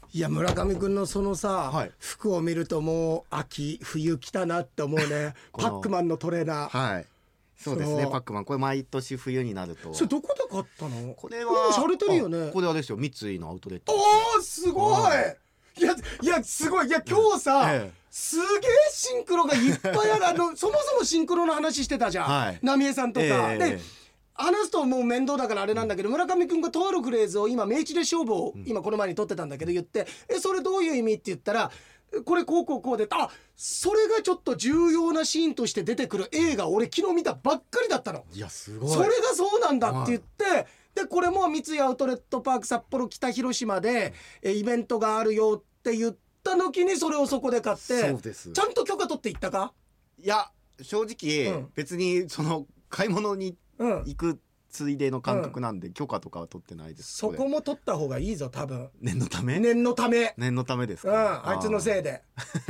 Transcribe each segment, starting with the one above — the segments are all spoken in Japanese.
いや村上くんのそのさ、 はい服を見るともう秋冬来たなって思うねこのパックマンのトレーナー、 はいそうですね。パックマンこれ毎年冬になるとそれどこで買ったの？ これこれもは洒落てるよね。 これはですよ三井のアウトレット。 おーすごい、いやすごい。いや今日さ、 ええすげえシンクロがいっぱいあるそもそもシンクロの話してたじゃん、 はい浪江さんとか、で話すともう面倒だからあれなんだけど、村上くんがとあるフレーズを今明治で勝負を今この前に取ってたんだけど言ってそれどういう意味って言ったらこれこうこうこうで、あそれがちょっと重要なシーンとして出てくる映画俺昨日見たばっかりだったの。 いやすごい。 それがそうなんだって言って、でこれも三井アウトレットパーク札幌北広島でイベントがあるよって言った時にそれをそこで買ってそうです。 ちゃんと許可取って行ったか？ いや正直、別にその買い物に行くついでの感覚なんで、許可とかは取ってないです。 そこも取った方がいいぞ多分。 念のため。 念のため。 念のためですか。 あいつのせいで。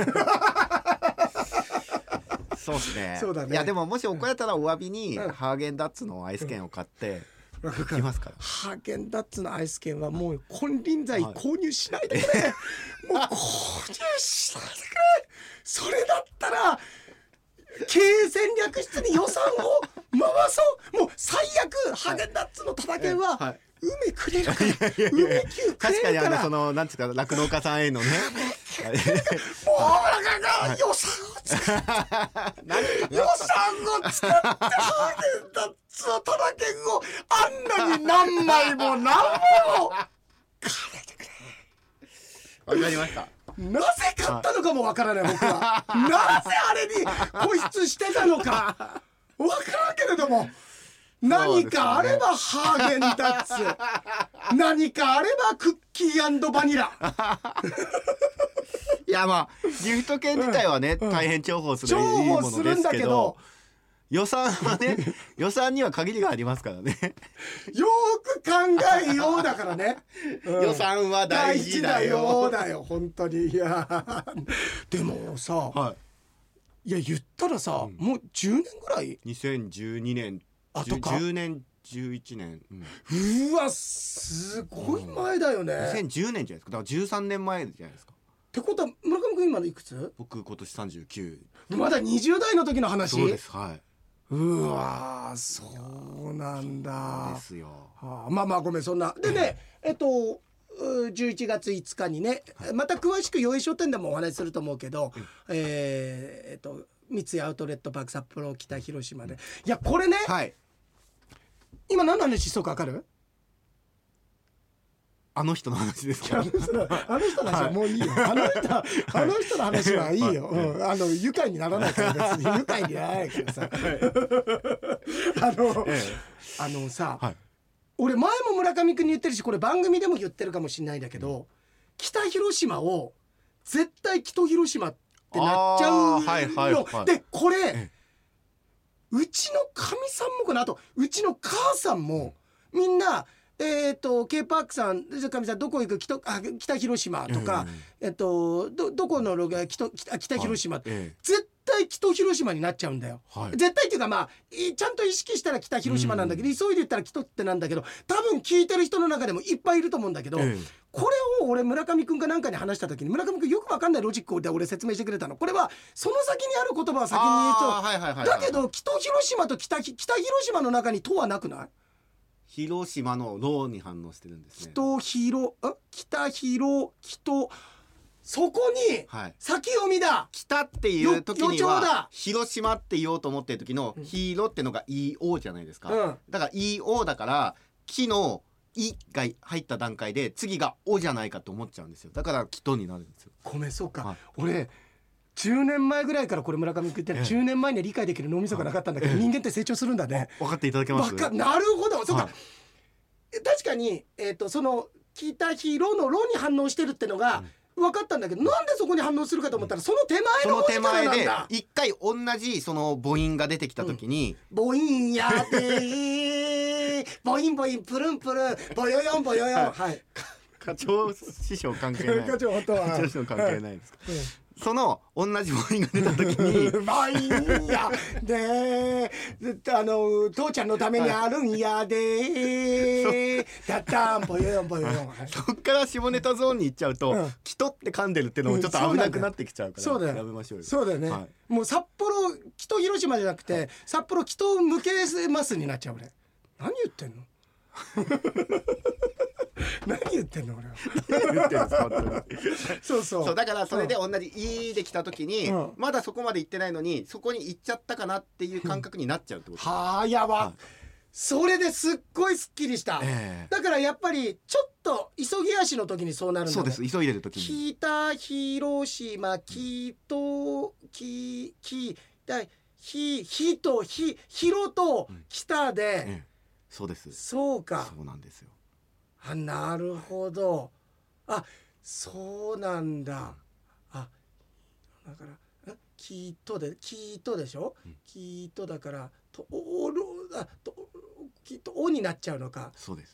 そうですね。 そうだね。 いやでももし怒られたらお詫びにハーゲンダッツのアイス券を買って行きますから。 ハーゲンダッツのアイス券はもう金輪際購入しないでくれ、もう購入しないでくれ。それだったら経営戦略室に予算を回そう。もう最悪ハーゲンダッツのただ券は梅くれるから、梅球くれるから。 確かにそのなんつうか酪農家さんへのねもうなんか予算を使って予算を使ってハーゲンダッツのただ券をあんなに何枚も何枚も買えてくれ。 わかりました。 なぜ買ったのかもわからない僕は。なぜあれに固執してたのかわからんけれども、何かあればハーゲンダッツ、何かあればクッキー&バニラ。 いやまあギフト券自体はね、大変重宝するいいものですけど、予算はね予算には限りがありますからね。 よーく考えようだからね、 予算は大事だよだよ本当に。いやでもさ、いや言ったらさ、もう10年ぐらい 2012年あとか 10年11年、 うわすごい前だよね、 2010年じゃないですか。だから13年前じゃないですか。 ってことは村上君今のいくつ？ 僕今年39。 まだ20代の時の話。 そうです。はい。 うわそうなんだですよ。 まあまあごめんそんなでね11月5日にね、また詳しく洋江商店でもお話しすると思うけど、三井アウトレットパーク札幌北広島で、いやこれね、今何の話しそうか分かる？ あの人の話ですか？ あの人の話はもういいよ、あの人の話はいいよ、愉快にならないから別に愉快にならないからささ、俺前も村上くんに言ってるしこれ番組でも言ってるかもしれないんだけど、北広島を絶対北広島ってなっちゃうので、これうちのかみさんもかな、あとうちの母さんもみんなK パークさんかみさんどこ行く北広島とか、どこのログ北広島って、絶対北広島になっちゃうんだよ、絶対っていうかまあちゃんと意識したら北広島なんだけど、急いで言ったら北ってなんだけど、多分聞いてる人の中でもいっぱいいると思うんだけど、これを俺村上くんかなんかに話した時に村上くんよくわかんないロジックで俺説明してくれたの。これはその先にある言葉は先に言うと、だけど北広島と北広島の中に「と」はなくない？ 広島のローに反応してるんですね。 北広そこに先読みだ。 北っていう時には広島って言おうと思ってる時の広ってのが EO じゃないですか、だから EO だから木のいが入った段階で次がおじゃないかと思っちゃうんですよ。だからきとになるんですよ。 ごめんそうか、俺10年前ぐらいからこれ村上君言ってる、10年前には理解できる脳みそがなかったんだけど、人間って成長するんだね。 分かっていただけます？ なるほど、そうか、確かに、その北広のロに反応してるってのが分かったんだけど、なんでそこに反応するかと思ったらその手前の文字からなんだ。 一回同じその母音が出てきた時に、 母音やで母音プルンプルンボヨヨンボヨヨン課長師匠関係ない。 課長本当は課長師匠関係ないですか、その同じ母音が出た時にまあいいんやで父ちゃんのためにあるんやでたったんぽよよんぽよよんそっから下ネタゾーンに行っちゃうと、キトって噛んでるっていうのもちょっと危なくなってきちゃうから、 そうだよやめましょうよ。 そうだよね、もう札幌北広島じゃなくて札幌北向けますになっちゃう俺。何言ってんの何言ってんの俺は。 言ってるんです本当にそうだからそれで同じ「い」できた時に、まだそこまで行ってないのにそこに行っちゃったかなっていう感覚になっちゃうってこと、 はあやば、それですっごいすっきりした、だからやっぱりちょっと急ぎ足の時にそうなるんだ、ね、 そうです、急いでる時に北広島ひと北で、 そうです。 そうか、 そうなんですよ。 あ、なるほど。あ、そうなんだ。あ、だからきっとでしょ。きっとだからきっとおになっちゃうのか。 そうです。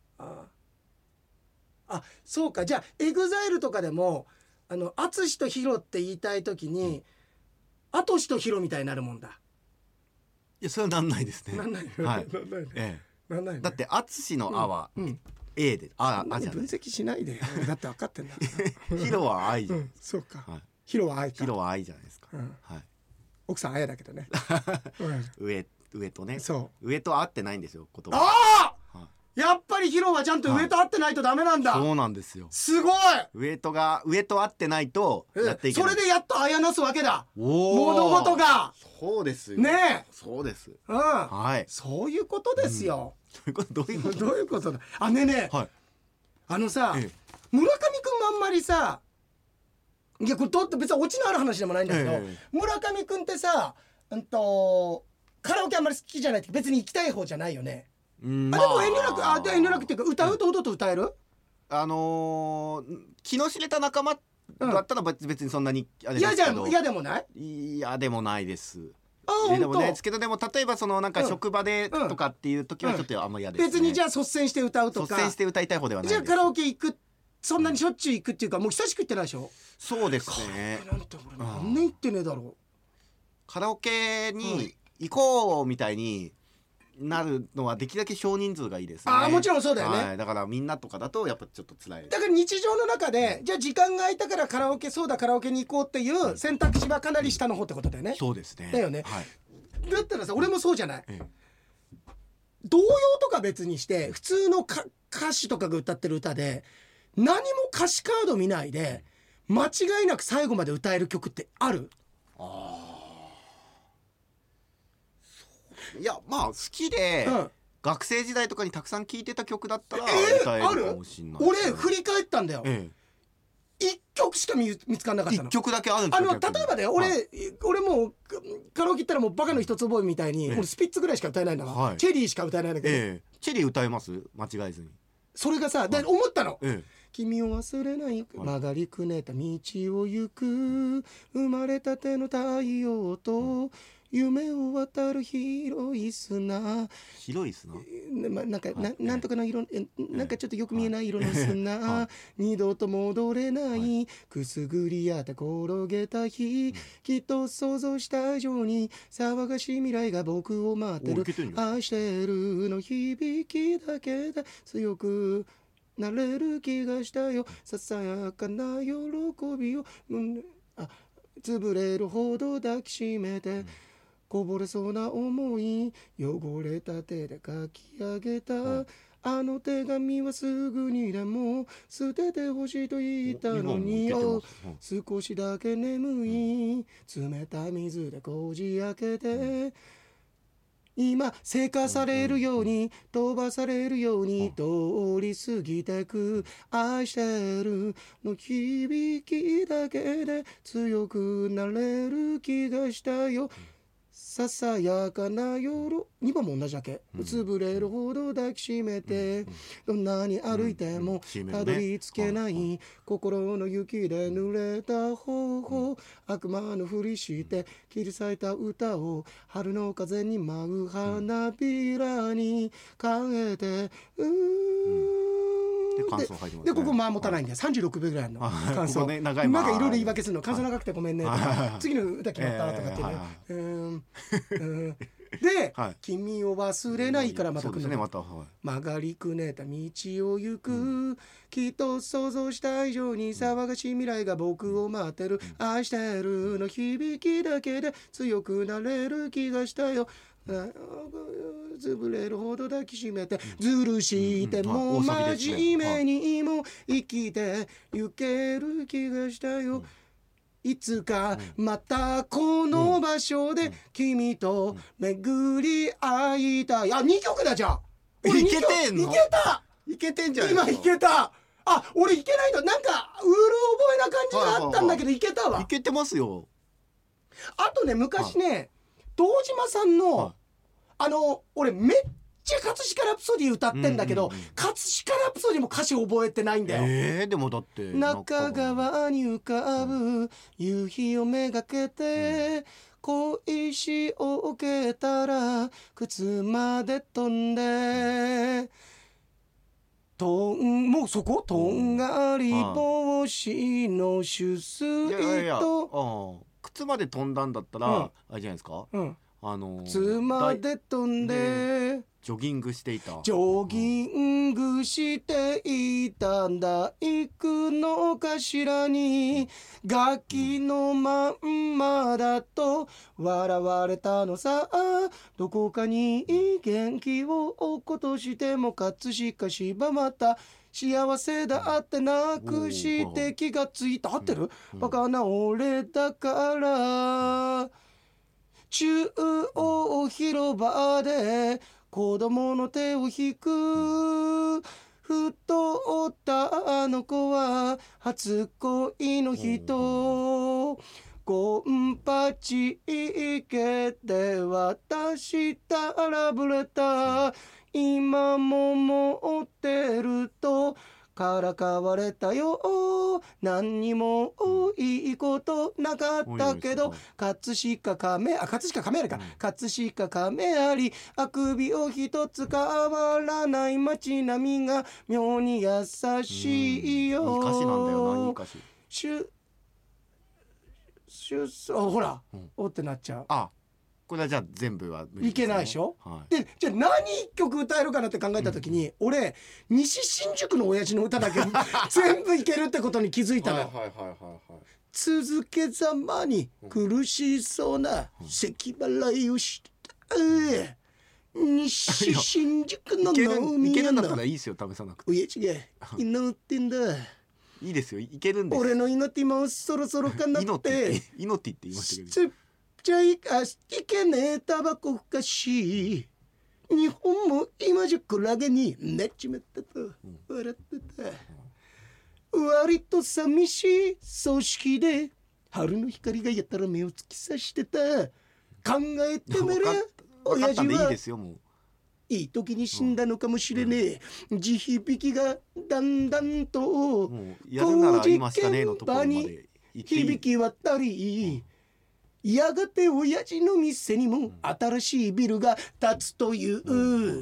そうか。じゃあエグザイルとかでも淳とヒロって言いたいときにアトシとヒロみたいになるもんだ。 いやそれはなんないですね。 なんない。 はい。 なんないね。 だって淳のあは A で、あじゃない。 分析しないでよ。だって分かってんだ。 ヒロは愛じゃない。 そうか。ヒロは愛か。 ヒロは愛じゃないですか。はい。 奥さん愛だけどね。 上とね。 そう。 上と合ってないんですよ言葉。 ああ。やっぱりヒロはちゃんと上と合ってないとダメなんだ。 そうなんですよ。 すごい。 上と合ってないとやっていけない。 それでやっとあやなすわけだ。物事が。 そうですよ。 ね。 そうです。 はい。そういうことですよ。 どういうこと？ どういうことだ。ねえ。さ、村上くんもあんまりさ、いやこれ別にオチのある話でもないんだけど、村上くんってさ、カラオケあんまり好きじゃないって別に行きたい方じゃないよね。でも遠慮なくっていうか歌うとほどと歌える？ 気の知れた仲間だったら別にそんなにあれですけど。 嫌でもない？ 嫌でもないです。 でもね、けどでも例えばそのなんか職場でとかっていう時はちょっとあんまり嫌ですね。 別にじゃあ率先して歌うとか。 率先して歌いたい方ではないです。 じゃあカラオケ行くそんなにしょっちゅう行くっていうかもう久しく行ってないでしょ？ そうですね。 何年行ってねえだろう。 カラオケに行こうみたいになるのはできるだけ少人数がいいですね。 もちろんそうだよね。 だからみんなとかだとやっぱちょっと辛い。 だから日常の中でじゃあ時間が空いたからカラオケに行こうっていう選択肢はかなり下の方ってことだよね。 そうですね。 だよね。だったらさ俺もそうじゃない。童謡とか別にして普通の歌手とかが歌ってる歌で何も歌詞カード見ないで間違いなく最後まで歌える曲ってある？ いやまあ好きで、学生時代とかにたくさん聴いてた曲だったら歌えるかもしれない。 俺振り返ったんだよ。1曲しか見つかんなかったの。 1曲だけあるんですよ。 例えばね俺もうカラオケ行ったらもうバカの一つ覚えみたいに俺スピッツぐらいしか歌えないんだわ。チェリーしか歌えないんだけど。 チェリー歌えます？間違えずに。 それがさで思ったの。君を忘れない曲がりくねった道を行く生まれたての太陽と夢を渡る広い砂なんとかの色なんかちょっとよく見えない色の砂二度と戻れないくすぐりやって転げた日きっと想像した以上に騒がしい未来が僕を待ってる愛してるの響きだけで強くなれる気がしたよささやかな喜びを潰れるほど抱きしめてこぼれそうな思い汚れた手で書き上げたあの手紙はすぐにでも捨ててほしいと言ったのに少しだけ眠い冷たい水でこじ開けて今せかされるように飛ばされるように通り過ぎてく愛してるの響きだけで強くなれる気がしたよささやかな夜2番も同じだけ潰れるほど抱きしめてどんなに歩いてもたどり着けない心の雪で濡れた頬悪魔のふりして切り裂いた歌を春の風に舞う花びらに変えてでここまあ持たないんだよ、36秒ぐらいの感想、なんかいろいろ言い訳するの、感想長くてごめんねとか、次の歌決まったとかってね、で、君を忘れないからまた来るの、曲がりくねった道を行く、きっと想像した以上に騒がしい未来が僕を待ってる、愛してるの響きだけで強くなれる気がしたよ、潰れるほど抱きしめて、ずるしても真面目にも生きてゆける気がしたよ、いつかまたこの場所で君と巡り会いたい。あ、2曲だじゃん。 俺いけてんの？ いけた。 いけてんじゃないですか。 今いけた。あ、俺いけないとなんかうる覚えな感じがあったんだけど、いけたわ。 いけてますよ。 あとね、昔ね、堂島さんの俺めっちゃ葛飾ラプソディ歌ってんだけど、葛飾ラプソディも歌詞覚えてないんだよ。 でもだって中川に浮かぶ夕日をめがけて、小石を受けたら靴まで飛んで、もうそこ、とんがり帽子の取水と、 靴まで飛んだんだったら、あれじゃないですか、 靴まで飛んでジョギングしていた、 ジョギングしていた大工の頭に楽器のまんまだと笑われたのさ、どこかに元気を落っことしても葛飾柴又幸せだってなくして気がついた、合ってる？バカな俺だから中央広場で子供の手を引く、太ったあの子は初恋の人、ゴンパチ池で渡したラブレター、今も持ってるとからかわれたよ、何にもいいことなかったけど、葛飾亀有りあくびを一つ変わらない街並みが妙に優しいよ。 いい歌詞なんだよな、いい歌詞。 ほら、おってなっちゃう。 これはじゃあ全部は無理いけないでしょ、でじゃあ何一曲歌えるかなって考えた時に、俺西新宿の親父の歌だけ全部いけるってことに気づいたの。続けざまに苦しそうな咳払いをして、西新宿の飲みいけるんだった屋のらいいですよ、試さなくて。 親父が祈ってんだ。 いいですよ、いけるんです。 俺の命もそろそろかなって。 命って言いましたけど。 じゃあいけねえタバコふかし、日本も今じゃクラゲになっちまったと笑ってた、割と寂しい葬式で春の光がやたら目を突き刺してた、考えてみりゃ親父はいい時に死んだのかもしれねえ、地響きがだんだんと工事現場に響き渡り、やがて親父の店にも新しいビルが建つという、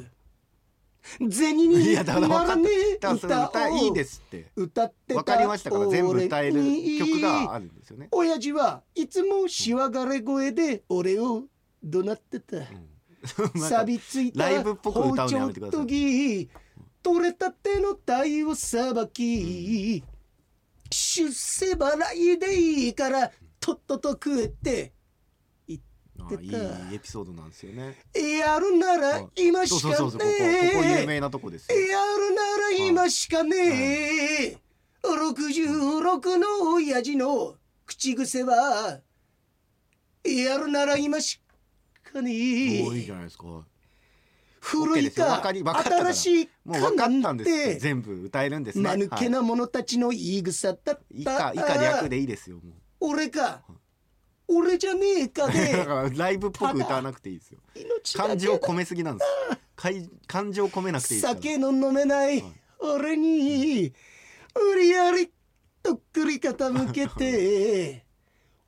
銭にならねえ歌をいいですって歌ってた。 分かりましたから、全部歌える曲があるんですよね。 親父はいつもしわがれ声で俺を怒鳴ってた、錆びついた包丁研ぎ、取れたての鯛をさばき、出世払いでいいからとっとと食えって言ってた。 いいエピソードなんですよね。 やるなら今しかねえ。 ここ有名なとこですよ。 やるなら今しかねえ。66の親父の口癖はやるなら今しかねえ。 いいじゃないですか。 古いか新しいかなんて全部歌えるんですね。 間抜けな者たちの言い草だった。 以下略でいいですよ。もう俺か、俺じゃねえかでだからライブっぽく歌わなくていいですよ。感情込めすぎなんです。感情込めなくていいですから。 酒の飲めない俺に無理やりとっくり傾けて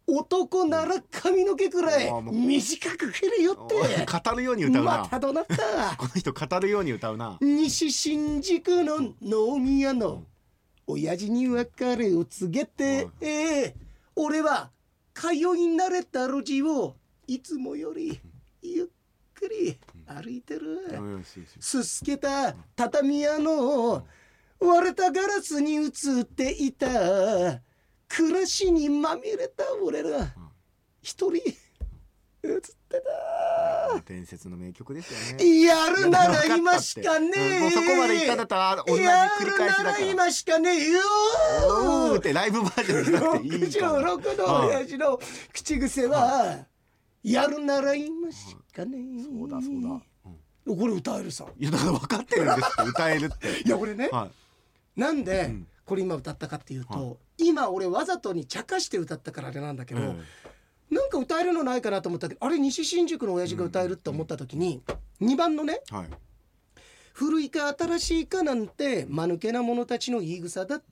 男なら髪の毛くらい短く切れよって語るように歌うな。 またどなったこの人語るように歌うな。 西新宿の飲み屋の親父に別れを告げて、俺は通い慣れた路地をいつもよりゆっくり歩いてる。すすけた畳屋の割れたガラスに映っていた暮らしにまみれた俺ら一人映ってた。 伝説の名曲ですよね。 やるなら今しかねえ。 もうそこまでいったんだったら同じ繰り返しだから。やるなら今しかねえよーってライブバージョンになっていいから。 66の親父の口癖はやるなら今しかねえ。 そうだそうだ。 これ歌えるさ。 いやだから分かってるんですって歌えるって。 いやこれね、なんでこれ今歌ったかっていうと、今俺わざとに茶化して歌ったからあれなんだけど、なんか歌えるのないかなと思ったけど、あれ西新宿の親父が歌えるって思った時に2番のね、古いか新しいかなんて間抜けな者たちの言い草だった、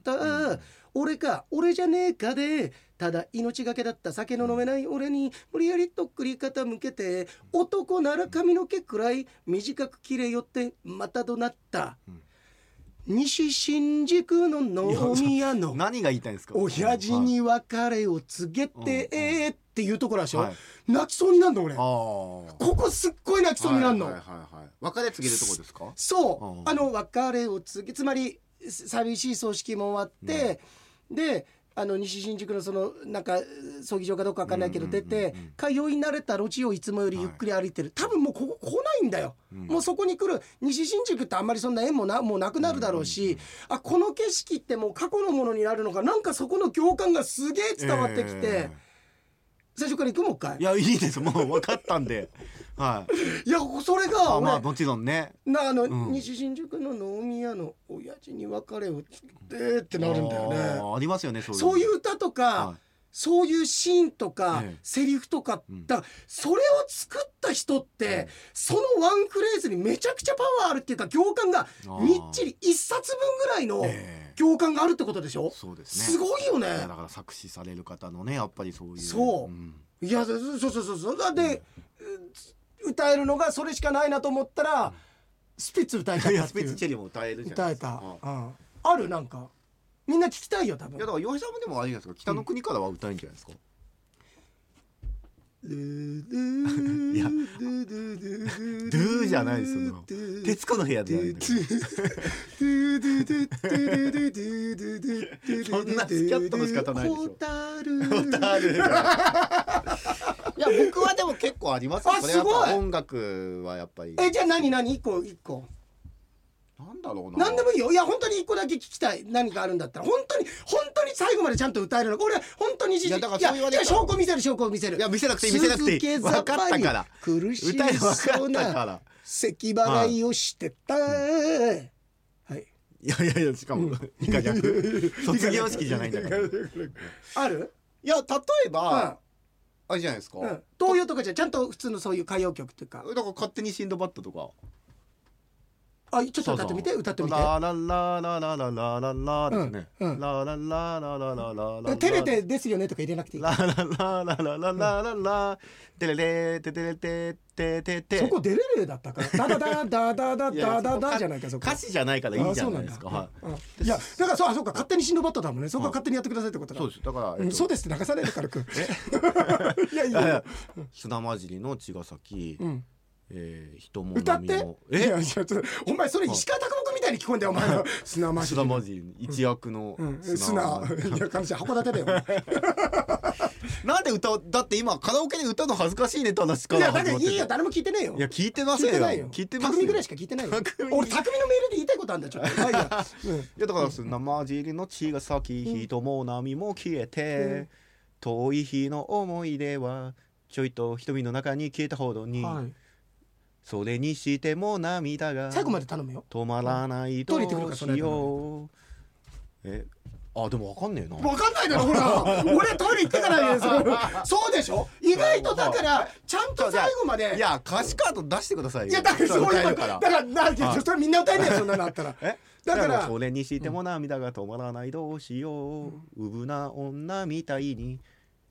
俺か俺じゃねえかでただ命がけだった酒の飲めない俺に無理やりとっくり傾けて、男なら髪の毛くらい短く切れよってまた怒鳴った、西新宿の飲み屋の何が言いたいんですか。 親父に別れを告げてっていうところでしょ、泣きそうになるの俺。ここすっごい泣きそうになるの。 別れ告げるとこですか。 そう、別れを告げ、つまり寂しい葬式も終わって、で西新宿のそのなんか葬儀場かどうかわかんないけど出て、通い慣れた路地をいつもよりゆっくり歩いてる。多分もうここ来ないんだよ、もうそこに来る西新宿ってあんまりそんな縁ももうなくなるだろうし、この景色ってもう過去のものになるのか、なんかそこの共感がすげえ伝わってきて、最初から行くもんかい。 いやいいです、もう分かったんでいやそれがまあもちろんね、 西新宿の飲み屋の親父に別れをってなるんだよね。 ありますよね、 そういう歌とか、そういうシーンとか、セリフとか、だそれを作った人って、そのワンフレーズにめちゃくちゃパワーあるっていうか、行間がみっちり一冊分ぐらいの行間があるってことでしょ。 そうですね、 すごいよね。 だから作詞される方のね、やっぱりそういう、 いやそうだって歌えるのがそれしかないなと思ったら、スピッツ歌えちゃったっていう。 スピッツチェリーも歌えるじゃないですか。 歌えた、あるなんかみんな聞きたいよ多分。いやだから岩井さんもでもあれじゃないですか、北の国からは歌えるんじゃないですか。いやドゥじゃないですよ。徹子の部屋でやるんだけどそんなスキャットの仕方ないでしょ。いや僕はでも結構ありますよ。 すごい。 音楽はやっぱり。 じゃあ何一個なんだろうな。 何でもいいよ。いや本当に一個だけ聞きたい。何かあるんだったら本当に最後までちゃんと歌えるの。これ本当にいやだからそう言われたら、 証拠見せる。いや見せなくていい分かったから。 苦しそうな咳払いをしてた。はい。 いやしかも2か逆卒業式じゃないんだから。 ある？ いや例えばあれじゃないですか。 童謡とかじゃちゃんと普通のそういう歌謡曲というか。 だから勝手にシンドバッドとか。 ちょっと歌ってみて。 ラララララララララですね。ラララララララ。 照れてですよねとか入れなくていい。 ララララララララテレレテテレテテテテ。 そこデレレだったから。ダダダダダダダダじゃないかそこ。 歌詞じゃないからいいじゃないですか。 いやだからそうか勝手にシンドバッドだもんね。そこは勝手にやってくださいってことだ。 そうです。だからそうですって流さないで軽く。いや砂混じりの茅ヶ崎。人も歌って。お前それ石川啄木みたいに聞こえんだよお前の。砂混じり一躍の砂。いや感じ函館だよ。 なんでだって今カラオケで歌うの恥ずかしいねって話から。 いやだからいいよ、誰も聞いてねえよ。 いや聞いてませんよ。 聞いてますよ。匠ぐらいしか聞いてないよ。俺匠のメールで言いたいことあるんだちょっと。いやだから砂混じりの茅ヶ崎、人も波も消えて、遠い日の思い出はちょいと瞳の中に消えたほどに。それにしても涙が最後まで頼むよ。 止まらないどうしよう。でも分かんねえな。 分かんないだろほら。俺トイレ行ってからね。そうでしょ。意外とだからちゃんと最後まで。 いや歌詞カード出してくださいよ。 いやだからそういうからだからなんてそれみんな歌えねえよそんなのあったら。 だからそれにしても涙が止まらないどうしよう。うぶな女みたいに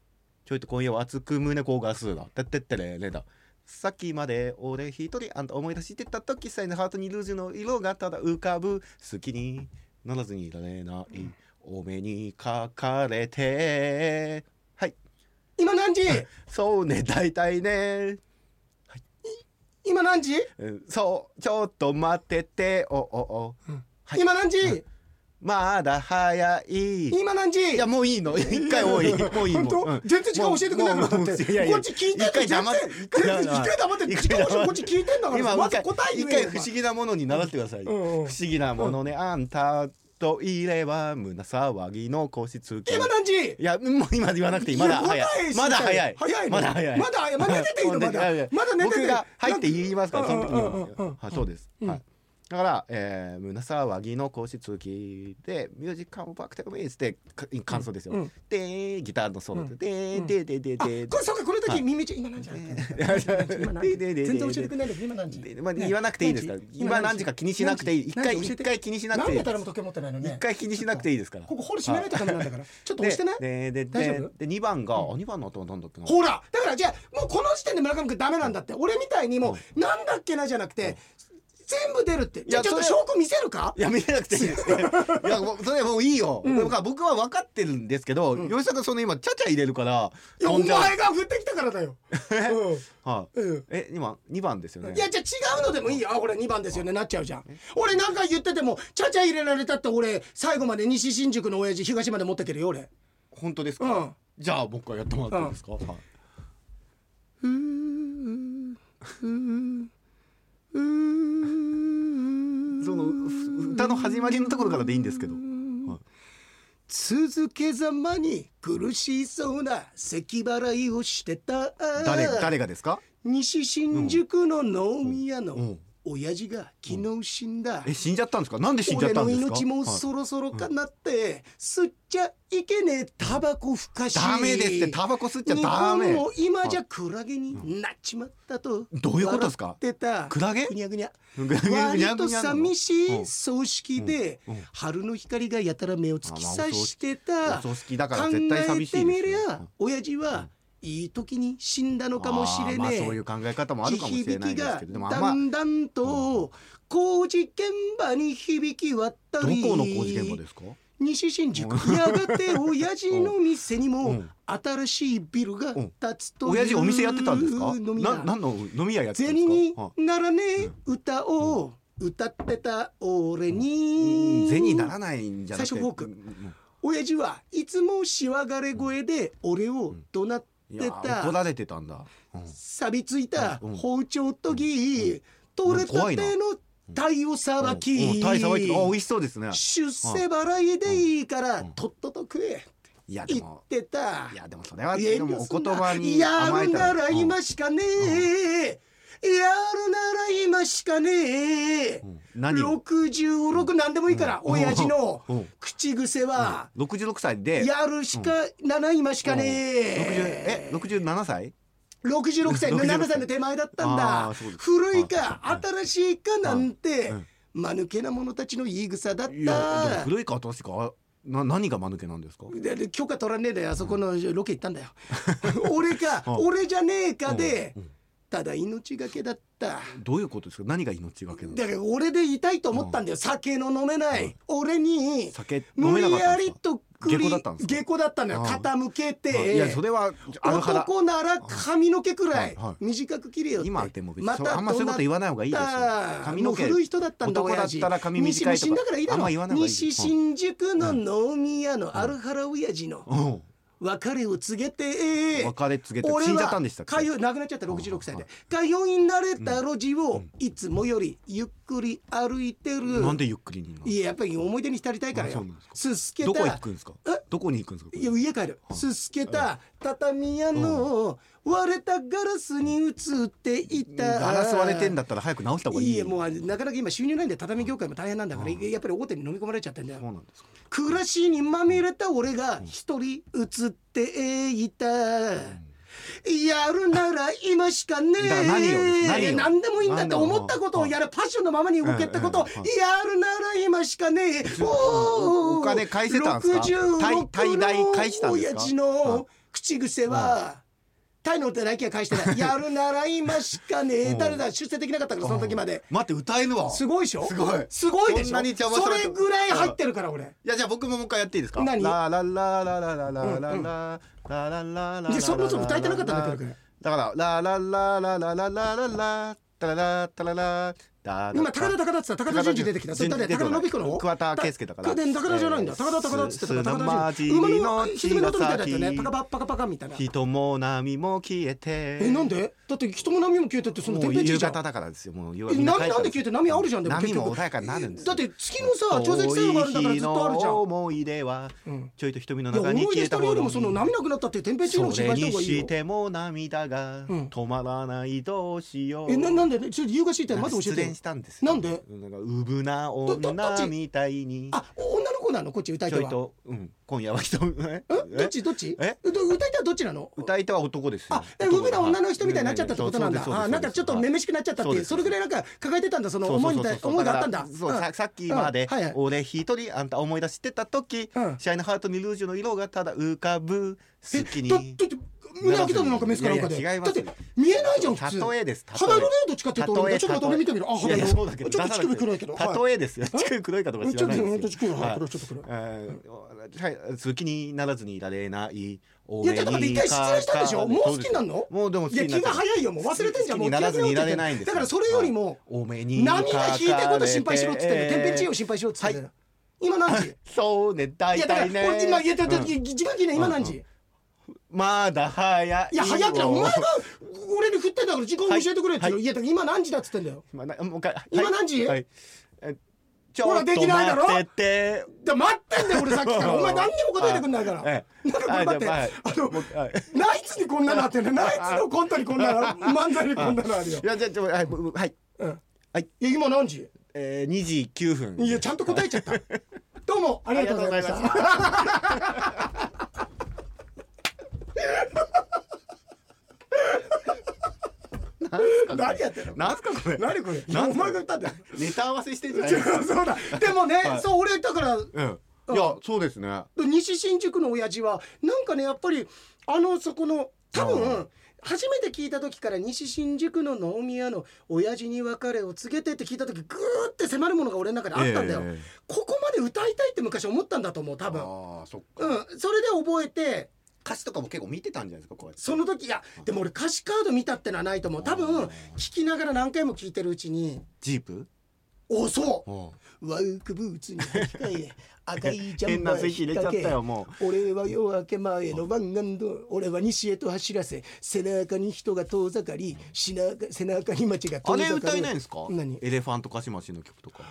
ちょいと今夜は熱く胸焦がすだてってってれれださっきまで俺一人あんた思い出してた時さえのハートにルージュの色がただ浮かぶ好きにならずにいられない、お目にかかれてはい今何時そうね大体ね、 はい、今何時、 そうちょっと待っててはい、今何時、 まだ早い今何時いやもういいの一回多いもういいもん、 全然時間教えてくれないのだってこっち聞いてんの一回黙って時間こっち聞いてんだからまず答え言えよ一回不思議なものに習ってください、不思議なものね、あんたといれば胸騒ぎの腰つき今何時いやもう今言わなくていいまだ早いまだ早いまだ早いまだ寝てていいのまだ寝てて僕が入って言いますからその時にはそうです、はいだから、胸騒ぎの腰つきでミュージックカムバックテクベースで感想ですよ、でギターのソロでこれだけ耳ち今何時全然教えてくれないんだけど今何時言わなくていいですから今何時か気にしなくていい一回気にしなくていいなんで誰も時計持ってないのね一回気にしなくていいですからここホール閉めないとダメなんだからちょっと押してねで2番が2番の後はなんだっけなほらだからじゃあもうこの時点で村上君ダメなんだって俺みたいにもうなんだっけなじゃなくて全部出るってじゃあちょっと証拠見せるかいや見せなくていいですいやそれはもういいよ、僕は分かってるんですけど、吉田君その今ちゃちゃ入れるからいやお前が降ってきたからだよ今2番ですよねいやじゃあ違うのでもいいよこれ2番ですよねなっちゃうじゃん俺なんか言っててもちゃちゃ入れられたって俺最後まで西新宿の親父東まで持ってけるよ俺本当ですか、じゃあ僕はやってもらっていいですか、その歌の始まりのところからでいいんですけど、 続けざまに苦しそうな咳払いをしてた誰がですか西新宿の飲み屋の親父が昨日死んだ、 死んじゃったんですかなんで死んじゃったんですか俺の命もそろそろかなって、吸っちゃいけねえタバコふかしダメですってタバコ吸っちゃダメ日本も今じゃクラゲになっちまったとどういうことですかクラゲぐにゃぐにゃ割と寂しい葬式で春の光がやたら目を突き刺してた考えてみりゃ親父はいい時に死んだのかもしれねえ。 そういう考え方もあるかもしれないですけど、 だんだんと工事現場に響き渡り、 どこの工事現場ですか？ 西新宿やがて親父の店にも新しいビルが建つという。 親父お店やってたんですか？何の飲み屋やってたんですか？ 銭にならねえ歌を歌ってた俺に銭にならないんじゃなくて最初フォーク親父はいつもしわがれ声で俺を怒鳴って怒られてたんだ、 錆びついた包丁研ぎ、取れたての鯛をさばき、 鯛さばき美味しそうですね。 出世払いでいいからとっとと食えって言ってた。 いやでもそれはでもお言葉に甘えたらやるなら今しかねえ、やるなら今しかねえ、66なんでもいいから親父の口癖は 66歳でやるしかな今しかねえ。67歳 66歳7歳の手前だったんだ。古いか新しいかなんて間抜けな者たちの言い草だった。いや古いか新しいか何が間抜けなんですか？ 許可取らねえであそこのロケ行ったんだよ俺か俺じゃねえかでただ命がけだった。 どういうことですか？何が命がけなんですか？ だから俺でいたいと思ったんだよ、酒の飲めない、俺に無理やりと下戸だったんだよ。傾けて、 いやそれは男なら髪の毛くらい短く切れよって。 今でもまたあんまそういうこと言わない方がいいですよ。 髪の毛古い人だったんだ男だったら髪短いとかあんま言わない方がいい。西新宿の飲み屋のアルハラ親父の別れを告げて、 死んじゃったんでしたっけ？ 亡くなっちゃった66歳で通い慣れた路地をいつもよりゆっくり歩いてる。 なんでゆっくりに？ いややっぱり思い出に浸りたいからよ。すすけたどこ行くんですか？どこに行くんですか？ いや家帰る。すすけた畳屋の割れたガラスに映っていた。 ガラス割れてんだったら早く直した方がいい。 いやもうなかなか今収入ないんで畳業界も大変なんだからやっぱり大手に飲み込まれちゃってんだよ。 そうなんですか。 暮らしにまみれた俺が一人映っていた。やるなら今しかねえ。何でもいいんだって思ったことをやる。パッションのままに動けってこと。やるなら今しかねえ。 お金返せたんですか？滞在返したんですか？ 親父の口癖はタイの歌だけは返してないやるなら今しかねえ誰だ出世できなかったからその時まで。 待って歌えるわ。 すごいでしょ。 すごいすごいでしょ。 そんなに邪魔さそれてれぐらい入ってるから俺。 いやじゃあ僕ももう一回やっていいですか。 何ラララララララララララララ。 でそもそも歌えてなかったんだけどだからラララララララララタララタララ。 今高田って言ったら高田純次出てきた。それ誰？高田信彦の桑田佳祐だから。 高田じゃないんだ。高田っつってたから高田純次。馬のひずめの音みたいだったよね。パカパパカパカみたいな。 人も波も消えて。 なんで？だって人も波も消えてってその天変地異じゃん。 夕方だからですよ。もう波なんで消えて波あるじゃん。でも波も穏やかになるんです。 だって月のさ潮汐作用があるんだからずっとあるじゃん。 思い出はちょいと瞳の中に消えた思い出よりもその波なくなったって天変地異の心配した方がいいよ。 それにしても涙が止まらないどうしよう。 なんでちょっと理由が知りたい。まず教えて。 失恋したんです。 なんで？ うぶな女みたいに。 あ、女の子なのこっち歌い手は。 ちょいと今夜は人。 どっち？歌い手はどっちなの？ 歌い手は男ですよ。 あ、うぶな女の人みたいになっちゃったってことなんだ。あ、なんかちょっとめめしくなっちゃったっていうそれぐらいなんか抱えてたんだその思いがあったんだ。 そうさっきまで俺一人あんた思い出してた時シャイナハートにルージュの色がただ浮かぶ好きに。 胸開けたのなんかメスかなんかで。 違います。 だって見えないじゃん普通。 例えです。 肌のねどっちかっていうとちょっと待って俺見てみる。あ肌の。 そうだけどちょっと乳首黒いけど。 例えですよ。乳首黒いかとか知らないです。 ちょっと黒いちょっと黒い。 好きにならずにいられない。 いやちょっと待って一回失礼したでしょ。もう好きになるの？ もうでもいや気が早いよもう忘れてんじゃん。もうならずにいられないんです。 だからそれよりも波が引いてること心配しろっつってんの。天変地異を心配しろっつってんの。今何時？ そうね大体ね。 俺今時間聞いね今何時？ まだ早い。 いや早くないお前が俺に振ってんだから時間教えてくれって言う。いや今何時だっつってんだよ。今何時？ ちょっと待ってて。 待ってんだよ俺さっきからお前何にも答えてくんないから。なんか待ってナイツにこんなのあってね。ナイツのコントにこんなの漫才にこんなのあるよ。 いやじゃあはいはい今何時 ？2時9分。 いやちゃんと答えちゃった。どうもありがとうございました。何やってんの？ なんすかこれ？ 何これ？お前が歌ったんだよ。 ネタ合わせしてんじゃないですか。 そうだ。でもね、そう俺だから。 いやそうですね。 西新宿の親父はなんかねやっぱりそこの多分初めて聞いた時から西新宿の飲み屋の親父に別れを告げてって聞いた時グーって迫るものが俺の中であったんだよ。ここまで歌いたいって昔思ったんだと思う多分。それで覚えて。 歌詞とかも結構見てたんじゃないですかこうやって。 その時いやでも俺歌詞カード見たってのはないと思う。多分聞きながら何回も聞いてるうちにジープそうワークブーツに履き替え赤いジャンパー引っ掛け俺は夜明け前の湾岸道俺は西へと走らせ背中に人が遠ざかり背中に街が遠ざかる。 あれ歌えないんですか？ 何？ エレファントカシマシの曲とか。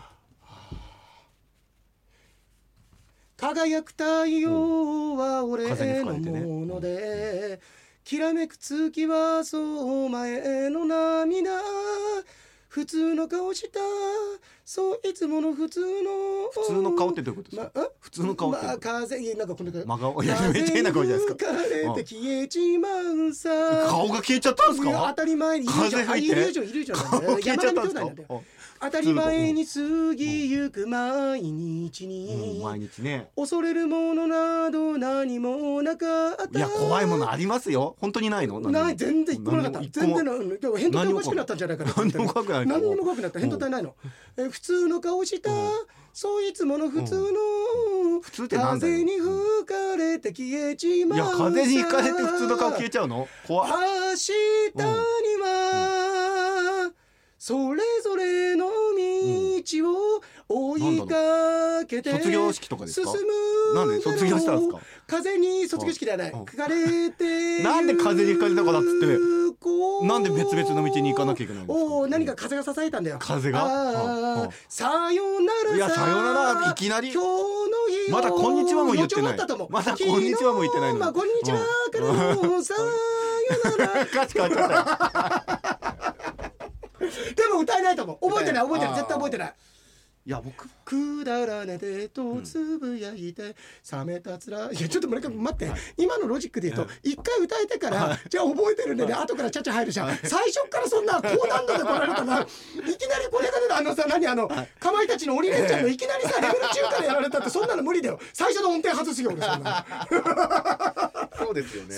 輝く太陽は俺のものできらめく月はそう前の涙普通の顔したそういつもの普通の顔ってどういうことですか？普通の顔って風なんかこんな真顔。いやめっちゃ変な顔じゃないですか。風に浮かれて消えちまうさ。顔が消えちゃったんですか？当たり前にいるじゃん。顔消えちゃったんですか？当たり前に過ぎゆく毎日に、毎日ね恐れるものなど何もなかった。いや怖いものありますよ。本当にないの？ない全然一個もなかった。全然変動体おかしくなったんじゃないかな。何にも怖くない。何にも怖くなった。変動体ないの。普通の顔したそういつもの普通の普通ってなんだよ。風に吹かれて消えちまう。いや風に吹かれて普通の顔消えちゃうの？怖い。明日にはそれぞれの道を追いかけて卒業式とかですか？進む。なんで卒業したんですか？風に卒業式ではない。吹かれてなんで風に吹かれたかだっつってなんで別々の道に行かなきゃいけないんですか？何か風が支えたんだよ。風がさよなら。いやさよならいきなり今日の日まだこんにちはも言ってない。まだこんにちはも言ってないの。こんにちはからのさよなら。歌詞変わっちゃったよ。でも歌えないと思う。覚えてない絶対覚えてない。いや僕くだらねでとつぶやいて冷めたつらいやちょっと待って今のロジックで言うと一回歌えてからじゃあ覚えてるねで後からちゃちゃ入るじゃん。最初からそんな高難度で来られたらいきなりこれがねかまいたちの鬼レンチャンのいきなりさレベル中からやられたってそんなの無理だよ。最初の音程外すよ俺そんな。 そうですよね。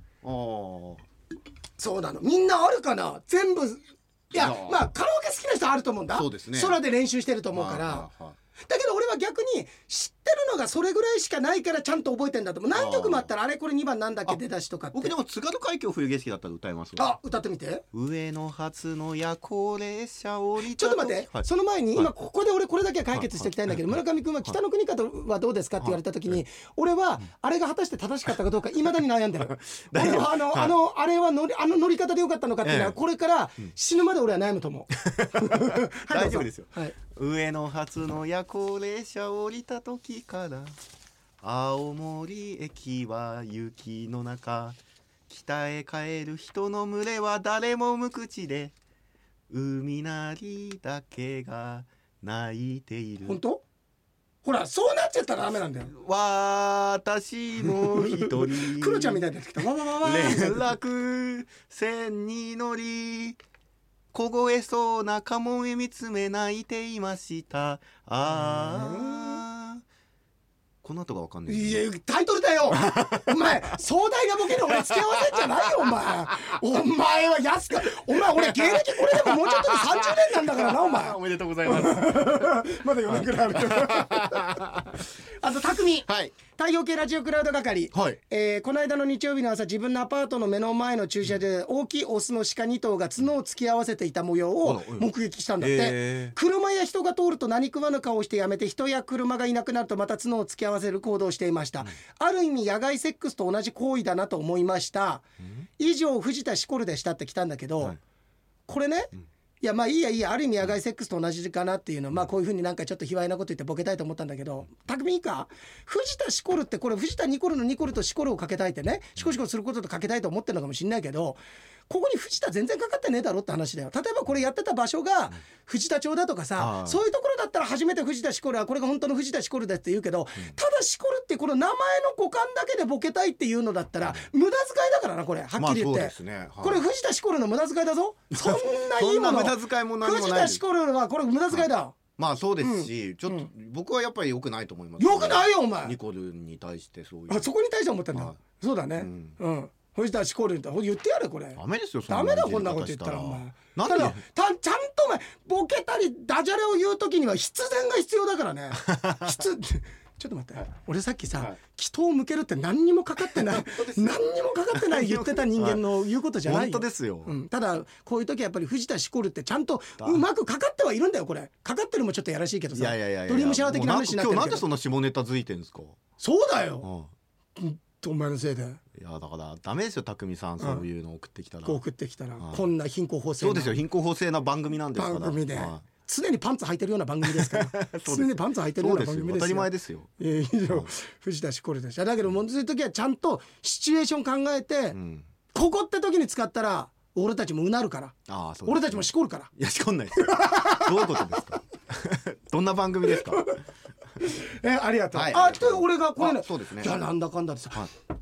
そうなの。みんなあるかな全部。いやまあカラオケ好きな人はあると思うんだ。 そうですね。 空で練習してると思うから。だけど俺は逆に知ってるのがそれぐらいしかないからちゃんと覚えてんだと思う。何曲もあったらあれこれ2番なんだっけ出だしとかって。 僕でも津軽海峡冬景色だったら歌います。 歌ってみて。 上野発の夜行列車降りた。 ちょっと待って、その前に今ここで俺これだけは解決しておきたいんだけど、村上君は北の国方はどうですかって言われた時に俺はあれが果たして正しかったかどうかいまだに悩んでる。あれは乗り方でよかったのかっていうのはこれから死ぬまで俺は悩むと思う。 大丈夫ですよ。上野発の夜行列車降りた時から青森駅は雪の中、北へ帰る人の群れは誰も無口で、海なりだけが泣いている。 本当？ほらそうなっちゃったらダメなんだよ。 私も一人クロちゃんみたいになってきた。連絡船に乗り凍えそうなカモメ見つめ泣いていました。この後がわかんない、ね。 いやタイトルだよ。お前壮大なボケで俺付き合わせんじゃないよお前。お前は安く俺芸歴これでももうちょっとで30年なんだからなお前。 おめでとうございます。 まだ4年くらいある。あと匠、太陽系ラジオクラウド係、この間の日曜日の朝自分のアパートの目の前の駐車場で大きいオスの鹿2頭が角を突き合わせていた模様を目撃したんだって。車や人が通ると何食わぬ顔をしてやめて、人や車がいなくなるとまた角を突き合わせる行動をしていました。ある意味野外セックスと同じ行為だなと思いました。以上藤田しこるでしたって来たんだけど、これね、いやまあいいやある意味野外セックスと同じかなっていうの、まあこういう風になんかちょっと卑猥なこと言ってボケたいと思ったんだけど、匠いいか、藤田しこるってこれ藤田ニコルのニコルとしこるをかけたいってね、シコシコすることとかけたいと思ってるのかもしれないけど、ここに藤田全然かかってねえだろって話だよ。例えばこれやってた場所が藤田町だとかさ、そういうところだったら初めて藤田しこるはこれが本当の藤田しこるですって言うけど、ただしこるってこの名前の語感だけでボケたいっていうのだったら無駄遣いだからなこれ、はっきり言って、これ藤田しこるの無駄遣いだぞ。そんないいもの無駄遣いも何もない。 藤田しこるはこれ無駄遣いだ。 まあそうですし、ちょっと僕はやっぱり良くないと思います。 良くないよお前。 ニコルに対してそういう。 そこに対して思ってんだ。そうだね。藤田しこるって言ってやれこれ。 ダメですよ。 ダメだこんなこと言ったらお前。なんでちゃんとお前ボケたりダジャレを言うときには必然が必要だからね。ちょっと待って、俺さっきさ祈祷を向けるって何にもかかってない何にもかかってない言ってた人間の言うことじゃないよ。 本当ですよ。 ただこういう時はやっぱり藤田しこるってちゃんとうまくかかってはいるんだよ。これかかってるもちょっとやらしいけどさ、ドリームシャワー的な話になってるけど、 今日なんでそんな下ネタづいてんですか。 そうだよ、お前のせいで。 いやだからダメですよ匠さん、そういうの送ってきたら、 送ってきたらこんな貧困法制そうですよ、貧困法制な番組なんですから。 番組で常にパンツ履いてるような番組ですから常にパンツ履いてるような番組ですよ。 当たり前ですよ。 以上藤田しこるでした。だけどもうそういう時はちゃんとシチュエーション考えて、ここって時に使ったら俺たちもうなるから、俺たちもしこるから。 いやしこんないですよ。どういうことですか。どんな番組ですか。 ありがとう。あと俺がこれね、 そうですね。 いやなんだかんだでさ、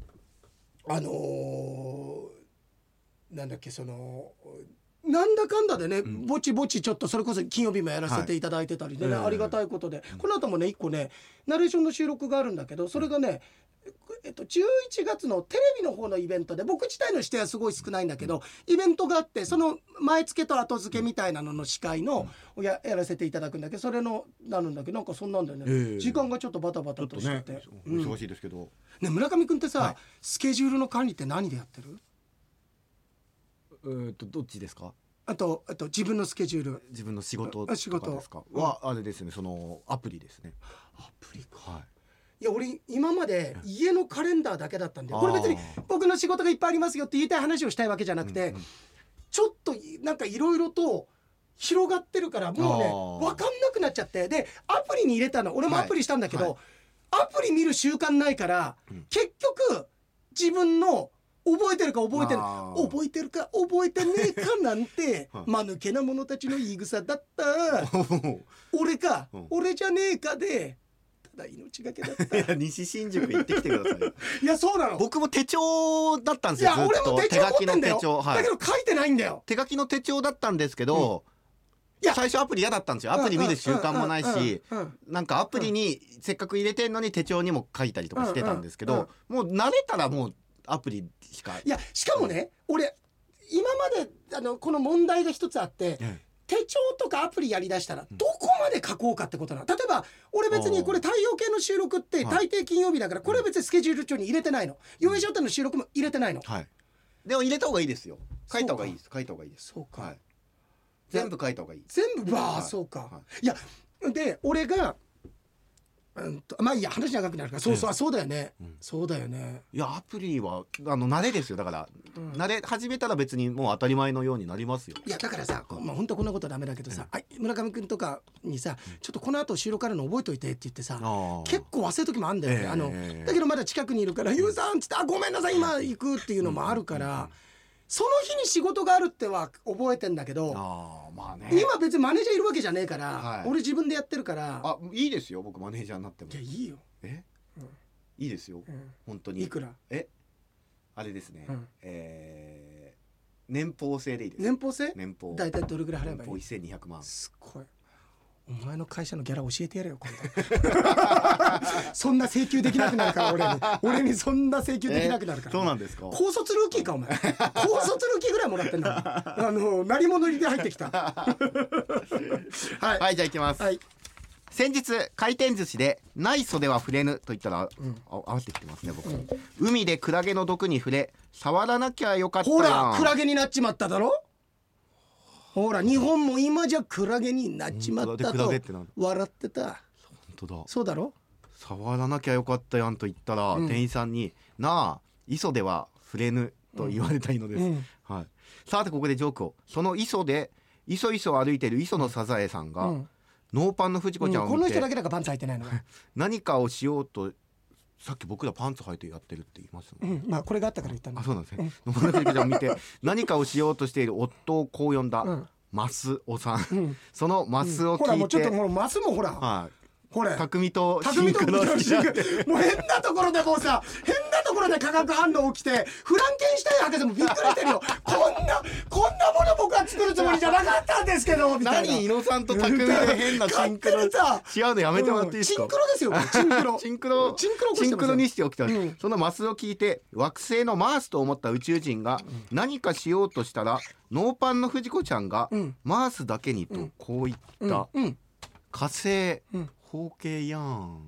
なんだっけなんだかんだでね、ぼちぼちちょっとそれこそ金曜日もやらせていただいてたりでね、ありがたいことで、この後もね一個ねナレーションの収録があるんだけど、それがね11月のテレビの方のイベントで、僕自体の指定はすごい少ないんだけど、イベントがあって、その前付けと後付けみたいなのの司会のやらせていただくんだけど、それのなるんだけど、なんかそんなんだよね、時間がちょっとバタバタとしてて、 忙しいですけどね。村上くんってさ、スケジュールの管理って何でやってる？ どっちですか？ あと自分のスケジュール、 自分の仕事とかですか？はあれですね、そのアプリですね。 アプリか。いや俺今まで家のカレンダーだけだったんで、これ別に僕の仕事がいっぱいありますよって言いたい話をしたいわけじゃなくて、ちょっとなんかいろいろと広がってるからもうね分かんなくなっちゃって、でアプリに入れたの、俺もアプリしたんだけど、アプリ見る習慣ないから、結局自分の覚えてるか覚えてるか覚えてねえかなんて間抜けな者たちの言い草だった俺か俺じゃねえかでただ命がけだった。 いや西新宿行ってきてください。 いやそうなの。僕も手帳だったんですよ。 いや俺も手帳持ってんだよ。だけど書いてないんだよ。 手書きの手帳だったんですけど、いや最初アプリ嫌だったんですよ。アプリ見る習慣もないし、なんかアプリにせっかく入れてんのに手帳にも書いたりとかしてたんですけど、もう慣れたらもうアプリしか。 いやしかもね、俺今までこの問題が一つあって、手帳とかアプリやりだしたらどこまで書こうかってことなの。例えば俺別にこれ太陽系の収録って大抵金曜日だからこれは別にスケジュール帳に入れてないの。洋江商店の収録も入れてないの。 でも入れた方がいいですよ。書いた方がいいです。書いた方がいいです。 そうか。 全部書いた方がいい。 全部そうか。いやで俺がまあいいや話長くなるから、そうだよね、そうだよね。 いやアプリは慣れですよ。だから、慣れ始めたら別にもう当たり前のようになりますよ。 いやだからさ、まあ本当こんなことダメだけどさ、村上くんとかにさ、ちょっとこの後収録あるの覚えといてって言ってさ、結構忘れる時もあるんだよね。だけどまだ近くにいるから「ゆうさん」っつって「ごめんなさい今行く」っていうのもあるから、その日に仕事があるっては覚えてんだけど、今別にマネージャーいるわけじゃねえから、俺自分でやってるから。 いいですよ、僕マネージャーになっても。 いやいいよ。 いいですよ、本当に。 いくら？ あれですね、年俸制でいいです。 年俸制？ 年俸大体どれぐらい払えばいい？ 年俸1200万。 すごい。お前の会社のギャラ教えてやれよ今度。そんな請求できなくなるから俺にそんな請求できなくなるから。 そうなんですか。 高卒ルーキーかお前。高卒ルーキーぐらいもらってんだ。鳴り物入りで入ってきた。 はい、じゃあ行きます。先日回転寿司でない袖は触れぬと言ったら、合わせてきてますね僕。海でクラゲの毒に触れ触らなきゃよかったやん。 ほらクラゲになっちまっただろ。ほら日本も今じゃクラゲになっちまったと笑ってた。 本当だ。 そうだろ。 触らなきゃよかったやんと言ったら、店員さんになあ磯では触れぬと言われたいのです。さてここでジョークを。その磯でいそいそ歩いている磯のサザエさんが、ノーパンの藤子ちゃんを見て、 この人だけだからパンツ履いてないの。 何かをしようと。さっき僕らパンツ履いてやってるって言いましたね。 まあこれがあったから言ったの。 そうなんですね。ノーパンの藤子ちゃんを見て何かをしようとしている夫をこう呼んだ。マスオさん。そのマスを聞いて、 ほらもうちょっともうマスもほら。これ匠とシンクロしてもう変なところでもうさ、変なところで化学反応起きてフランケンシュタイン博士もびっくりしてるよ。こんなもの僕は作るつもりじゃなかったんですけどみたいな。 何伊野さんと匠で変なシンクロ違うのやめてもらっていいですか。 シンクロですよ。シンクロシンクロにしておきたい。そのマスを聞いて惑星のマースと思った宇宙人が何かしようとしたら、ノーパンの藤子ちゃんがマースだけにとこう言った。火星包茎やん。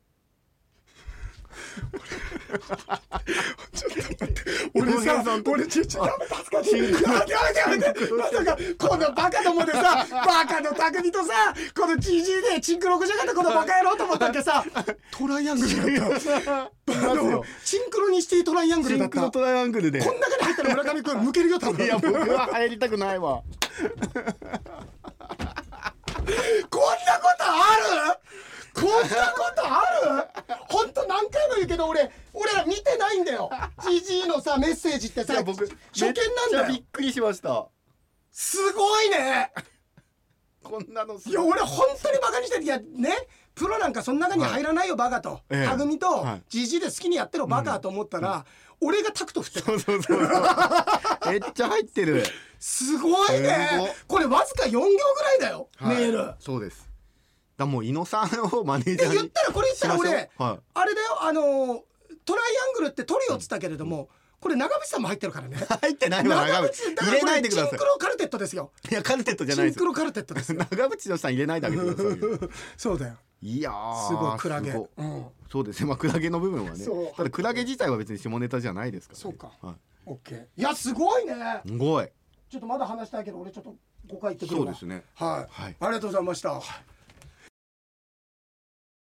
ちょっと待って、俺さ、俺ちょっとやめたすか。やめてまさかこのバカどもでさ、バカの匠とさ、この GG でチンクロクじゃかったこのバカ野郎と思ったっけさ、トライアングルだった。シンクロニシティトライアングルだった。 シンクロトライアングルでこん中に入ったら村上くん抜けるよ多分。 いや僕は入りたくないわ。 こんなことある？こんなことある？本当何回も言うけど俺ら見てないんだよ。GG のさメッセージってさ、 僕初見なんだよ。 びっくりしました。 すごいね。 こんなのいや俺本当にバカにしてる。いやね、プロなんかその中に入らないよバカと。はぐみと GG で好きにやってろバカと思ったら、俺がタクト振ってる。 そうめっちゃ入ってる。 すごいね。これわずか4行ぐらいだよ、メール。 そうです。だもう伊野さんをマネージャーに言ったら俺、あれだよ、トライアングルってトリオっつったけれども、これ長渕さんも入ってるからね。 入ってないわ。長渕入れないでください。 シンクロカルテットですよ。 いやカルテットじゃないです。 シンクロカルテットです。 長渕のさん入れないであげてください。 そうだよ。 いやーすごいクラゲ。 そうですね。まあクラゲの部分はね。ただクラゲ自体は別に下ネタじゃないですから。 そうか。オッケー。いやすごいね。 すごい。 ちょっとまだ話したいけど俺ちょっと5回言ってくるわ。 そうですね。 はい。ありがとうございました。